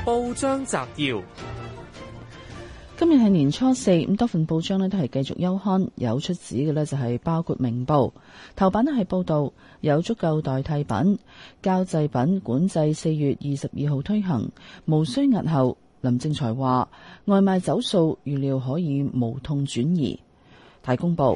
報章摘要： 今日係年初四，咁多份報章都係繼續休刊，有出紙嘅呢就係包括明報頭版係報道有足夠代替品，膠製品管制4月22號推行，無需押後。林正財話外賣走數預料可以無痛轉移。大公報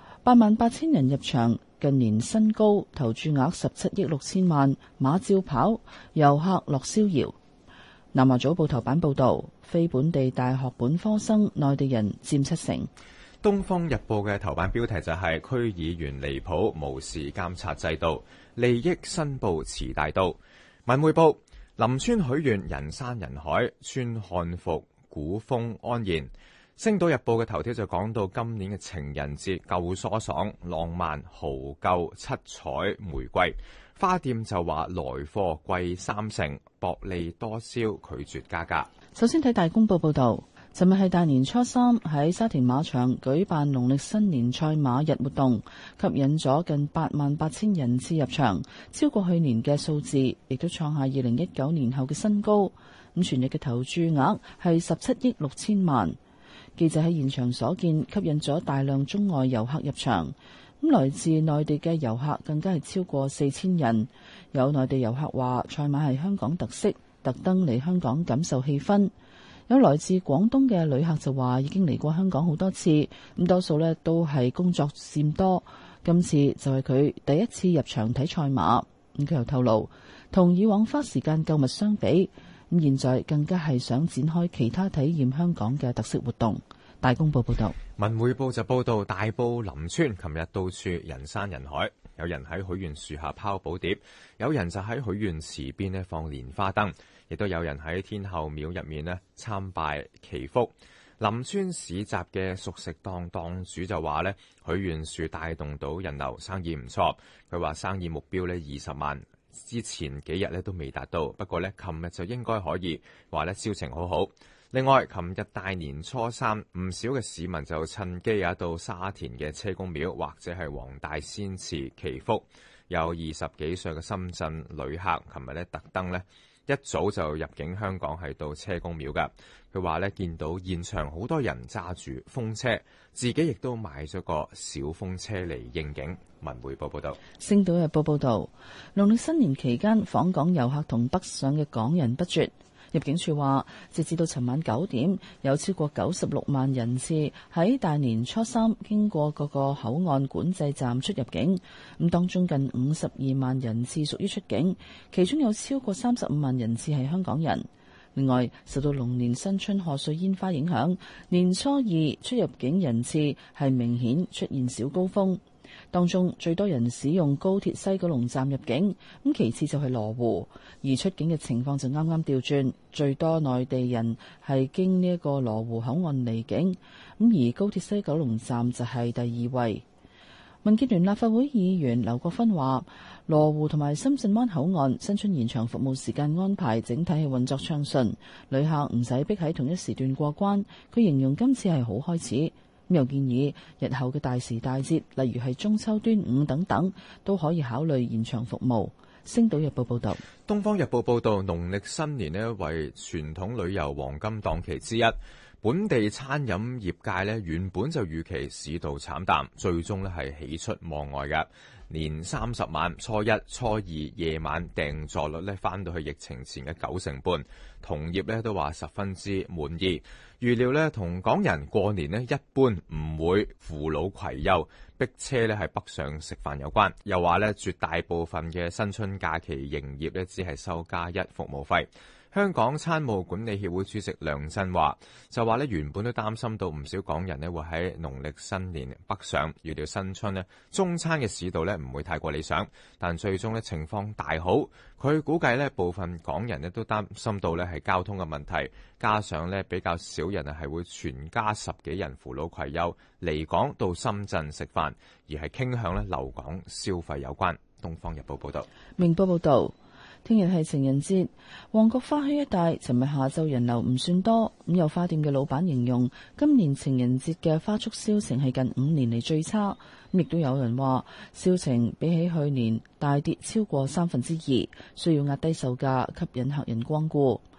88000人入場，近年新高，投注額17億6千萬，馬照跑，遊客樂逍遙。南華早報頭版報道，非本地大學本科生內地人佔7成。 東方日報嘅頭版標題就係區議員離譜，無視監察制度，利益申報遲大到。文匯報林村許願人山人海，穿漢服古風安然。星島日報嘅頭條就講到今年嘅情人節夠疏爽，浪漫豪購七彩玫瑰。花店就話來貨貴3成，薄利多銷，拒絕加價。 首先睇大公報報道，尋日係大年初三，喺沙田馬場舉辦農曆新年賽馬日活動，吸引咗近88000人次入場，超過去年嘅數字，亦都創下2019年後嘅新高。咁全日嘅投注額係17億6千萬。記者喺現場所見，吸引咗大量中外遊客入場。咁來自內地嘅遊客更加係超過4000人。有內地遊客話賽馬係香港特色，特登嚟香港感受氣氛。有來自廣東嘅旅客就話已經嚟過香港好多次，咁多數呢都係工作佔多。今次就係佢第一次入場睇賽馬。咁佢又透露，同以往花時間購物相比，咁現在更加係想展開其他體驗香港嘅特色活動。大公報報道， 文匯報就報道大埔林村琴日到處人山人海，有人喺許願樹下拋寶碟，有人就喺許願池邊呢放蓮花燈，亦都有人喺天后廟入面呢參拜祈福。林村市集嘅熟食檔檔主就話呢，許願樹帶動到人流，生意唔錯。佢話生意目標呢20萬，之前幾日呢都未達到，不過呢琴日就應該可以，話呢銷情好好。另外，琴日大年初三，唔少嘅市民就趁機到沙田嘅車公廟或者係黃大仙祠祈福。有20幾歲嘅深圳旅客，琴日特登一早就入境香港，係到車公廟㗎。佢話見到現場好多人揸住風車，自己亦都買咗個小風車嚟應景。文匯報報道， 星島日報報道，農曆新年期間訪港遊客同北上嘅港人不絕。入境處話，截至到尋晚9點，有超過96萬人次喺大年初三經過各個口岸管制站出入境。咁當中近52萬人次屬於出境，其中有超過35萬人次係香港人。另外，受到龍年新春賀歲煙花影響，年初二出入境人次係明顯出現小高峰。當中最多人使用高鐵西九龍站入境，咁其次就係羅湖，而出境嘅情況就啱啱調轉，最多內地人係經呢一個羅湖口岸離境，咁而高鐵西九龍站就係第2位。民建聯立法會議員劉國勳話，羅湖同埋深圳灣口岸新春延長服務時間安排整體係運作暢順，旅客唔使逼喺同一時段過關。佢形容今次係好開始。又建議日後嘅大時大節，例如係中秋、端午等等，都可以考慮延長服務。星島日報報道， 東方日報報道，農曆新年為傳統旅遊黃金檔期之一，本地餐飲業界原本就預期市道慘淡，最終係喜出望外嘅。年30晚、初一、初二夜晚訂座率翻到去疫情前嘅90%，同業都話十分之滿意。預料同港人過年一般唔會扶老攜幼逼車係北上食飯有關。又話絕大部分嘅新春假期營業只係收加1服務費。香港餐務管理協會主席梁振華就話原本都擔心到唔少港人會喺農曆新年北上，預料新春中餐嘅市道唔會太過理想，但最終情況大好。佢估計部分港人都擔心到係交通嘅問題，加上比較少人係會全家10幾人扶老攜幼離港到深圳食飯，而係傾向留港消費有關。東方日報報道。 明報報道，聽日係情人節，旺角花墟一帶尋日下晝人流唔算多，咁有花店嘅老闆形容今年情人節嘅花束銷情係近5年嚟最差，亦都有人話銷情比起去年大跌超過2/3，需要壓低售價吸引客人光顧。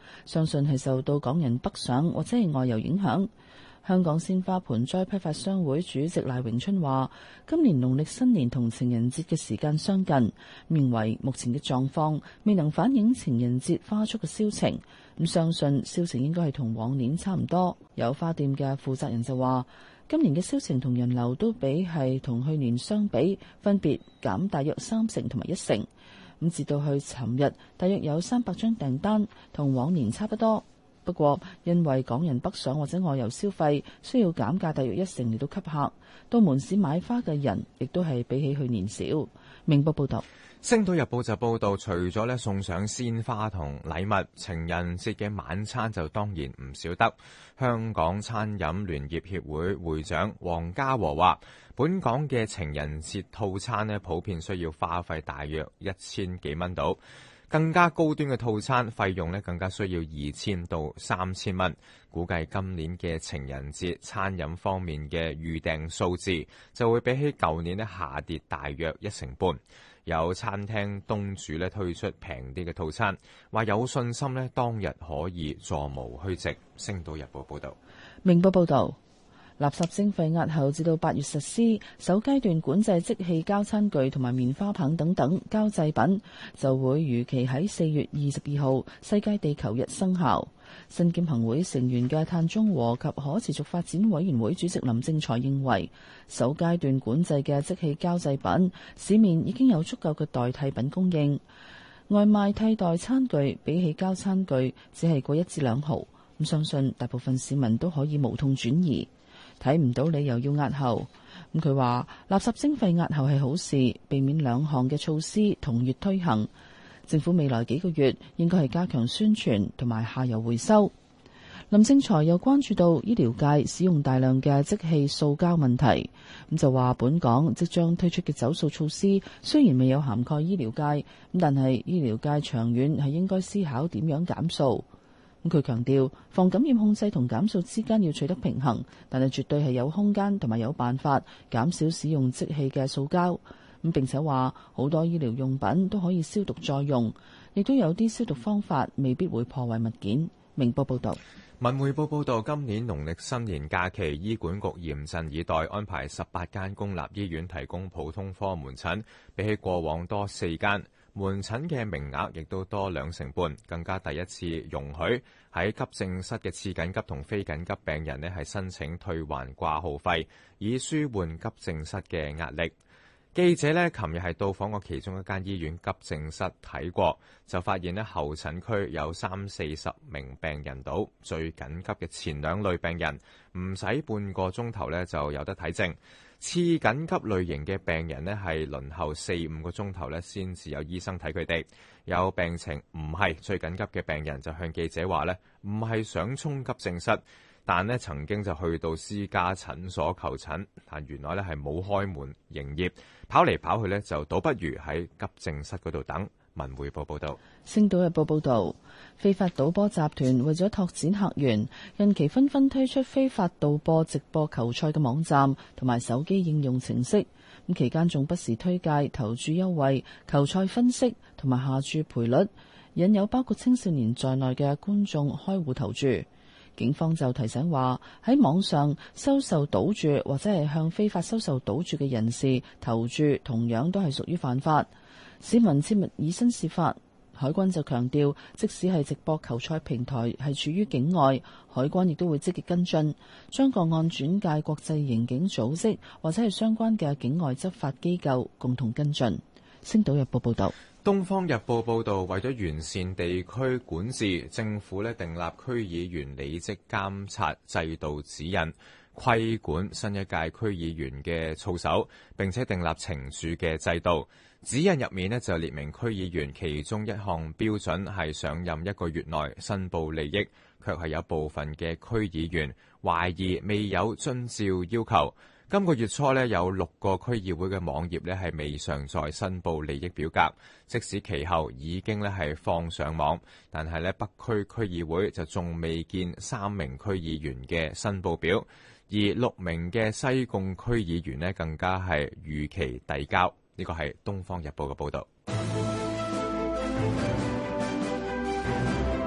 相信係受到港人北上或者係外遊影響。香港鮮花盆栽批發商會主席賴榮春話：今年農曆新年同情人節嘅時間相近，認為目前嘅狀況未能反映情人節花束嘅銷情。咁相信銷情應該係同往年差唔多。有花店嘅負責人就話：今年嘅銷情同人流都比係同去年相比，分別減大約3成同埋1成。咁至到去尋日，大約有300張訂單，同往年差不多。不過，因為港人北上或者外遊消費，需要減價大約1成嚟到吸客，到門市買花嘅人亦都係比起去年少。明報報道。 星島日報就報道，除咗送上鮮花同禮物，情人節嘅晚餐就當然唔少得。香港餐飲聯業協會會長黃家和話，本港嘅情人節套餐普遍需要花費大約1000幾蚊到。更加高端嘅套餐費用更加需要2000到3000蚊。估計今年嘅情人節餐飲方面嘅預訂數字就會比起舊年下跌大約1成半。有餐廳東主推出平啲嘅套餐，話有信心當日可以座無虛席。星島日報報道。 明報報道。垃圾徵費押後至到8月實施，首階段管制即棄膠餐具同埋棉花棒等等膠製品，就會如期喺4月22號世界地球日生效。身兼行會成員嘅碳中和及可持續發展委員會主席林正財認為，首階段管制嘅即棄膠製品市面已經有足夠嘅代替品供應，外賣替代餐具比起膠餐具只係貴1至2毫，咁相信大部分市民都可以無痛轉移。睇唔到理由要押後，咁佢話垃圾徵費押後係好事，避免2項嘅措施同月推行。政府未來幾個月應該係加強宣傳同埋下游回收。林正財又關注到醫療界使用大量嘅即棄塑膠問題，咁就話本港即將推出嘅走塑措施雖然未有涵蓋醫療界，咁但係醫療界長遠係應該思考點樣減塑。佢強調，防感染控制同減塑之間要取得平衡，但係絕對係有空間同埋有辦法減少使用即棄嘅塑膠。並且話好多醫療用品都可以消毒再用，亦都有啲消毒方法未必會破壞物件。明報報道。 文匯報報道，今年農曆新年假期，醫管局嚴陣以待，安排18間公立醫院提供普通科門診，比起過往多4間。門診嘅名額亦都多2成半，更加第一次容許喺急症室嘅次緊急同非緊急病人係申請退還掛號費，以舒緩急症室嘅壓力。記者琴日係到訪過其中一間醫院急症室睇過，就發現候診區有30-40名病人到，最緊急嘅前2類病人唔使半個鐘頭就有得睇症。次緊急類型嘅病人係輪候4-5個鐘頭先至有醫生睇佢哋。有病情唔係最緊急嘅病人就向記者話唔係想衝急症室，但曾經就去到私家診所求診，但原來係冇開門營業，跑嚟跑去就倒不如喺急症室嗰度等。文匯報報道。 星島日報報道，非法賭波集團為咗拓展客源，近期紛紛推出非法賭波直播球賽嘅網站同埋手機應用程式。咁期間仲不時推介投注優惠、球賽分析同埋下注賠率，引誘包括青少年在內嘅觀眾開戶投注。警方就提醒話，喺網上收受賭注或者係向非法收受賭注嘅人士投注，同樣都係屬於犯法。市民切勿以身試法。海關就強調，即使係直播球賽平台係處於境外，海關亦都會積極跟進，將個案轉介國際刑警組織或者係相關嘅境外執法機構共同跟進。星島日報報道。 東方日報報導，為咗完善地區管治，政府訂立區議員履職監察制度指引，規管新一屆區議員嘅操守，並且訂立懲處嘅制度。指引入面就列明區議員其中一項標準係上任1個月內申報利益，卻係有部分嘅區議員懷疑未有遵照要求。今個月初有6個區議會嘅網頁係未上載申報利益表格，即使其後已經係放上網，但係北區區議會就仲未見3名區議員嘅申報表，而6名嘅西貢區議員更加係逾期遞交。呢個係《東方日報》嘅報導。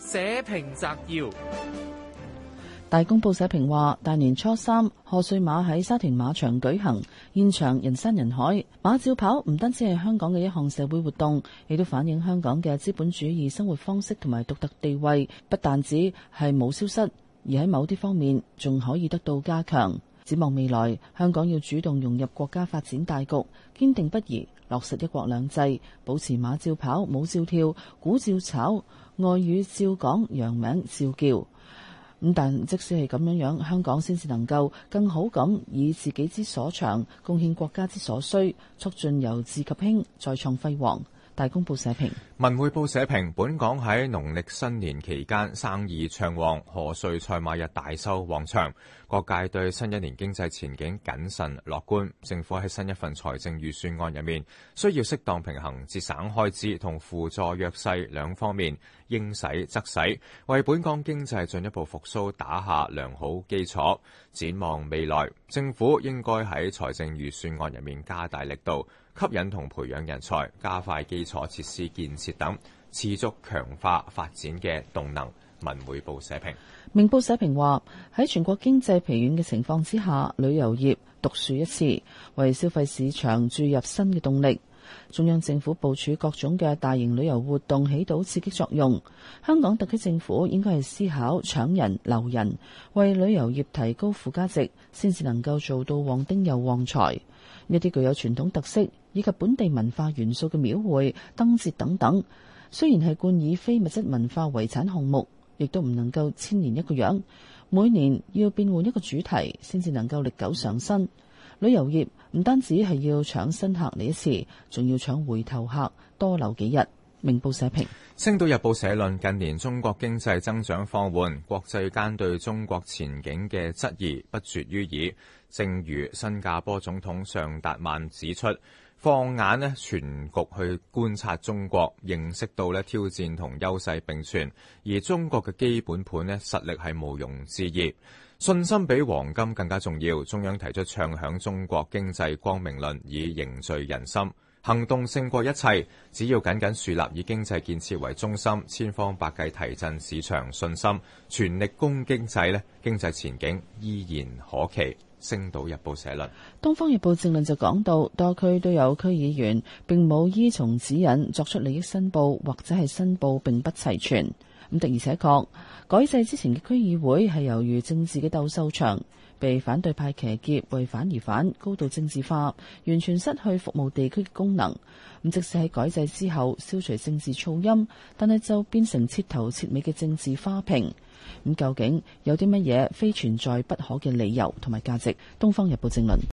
社評摘要。 大公報社評話，大年初三賀歲馬喺沙田馬場舉行，現場人山人海。馬照跑唔單止係香港嘅一項社會活動，亦都反映香港嘅資本主義生活方式同埋獨特地位，不但止係冇消失，而喺某啲方面仲可以得到加強。展望未來，香港要主動融入國家發展大局，堅定不移落實一國兩制，保持馬照跑、舞照跳、股照炒、外語照講、洋名照叫。但即使係咁樣，香港先至能夠更好咁以自己之所長，貢獻國家之所需，促進由治及興，再創輝煌。大公報社評。 文匯報社評，本港喺農曆新年期間生意暢旺，賀歲賽馬日大收旺場，各界對新一年經濟前景謹慎樂觀。政府喺新一份財政預算案入面，需要適當平衡節省開支同輔助弱勢兩方面，應使則使，為本港經濟進一步復甦打下良好基礎。展望未來，政府應該喺財政預算案入面加大力度，吸引同培養人才，加快基礎設施建設等，持續強化發展嘅動能。文匯報社評。 明報社評話，喺全國經濟疲軟嘅情況之下，旅遊業獨樹一幟，為消費市場注入新嘅動力。中央政府部署各種嘅大型旅遊活動，起到刺激作用。香港特區政府應該係思考搶人留人，為旅遊業提高附加值，先至能夠做到旺丁又旺財。一啲具有傳統特色以及本地文化元素嘅廟會、燈節等等，雖然係冠以非物質文化遺產項目，亦都唔能夠千年一個樣，每年要變換一個主題，先至能夠歷久常新。旅遊業唔單止係要搶新客嚟一次，仲要搶回頭客，多留幾日。明報社評。 星島日報社論，近年中國經濟增長放緩，國際間對中國前景嘅質疑不絕於耳。正如新加坡總統尚達曼指出，放眼全局去觀察中國，認識到挑戰同優勢並存，而中國嘅基本盤實力係毋庸置疑。信心比黃金更加重要，中央提出唱響中國經濟光明論，以凝聚人心。行動勝過一切，只要緊緊樹立以經濟建設為中心，千方百計提振市場信心，全力攻經濟，經濟前景依然可期。星島日報社論。 東方日報正論就講到，多區都有區議員並冇依從指引作出利益申報，或者係申報並不齊全。的而且確，改制之前嘅區議會係猶如政治嘅鬥獸場，被反對派騎劫，為反而反，高度政治化，完全失去服務地區嘅功能。即使喺改制之後消除政治噪音，但係就變成徹頭徹尾嘅政治花瓶。究竟有啲乜嘢非存在不可嘅理由同埋價值？東方日報正論。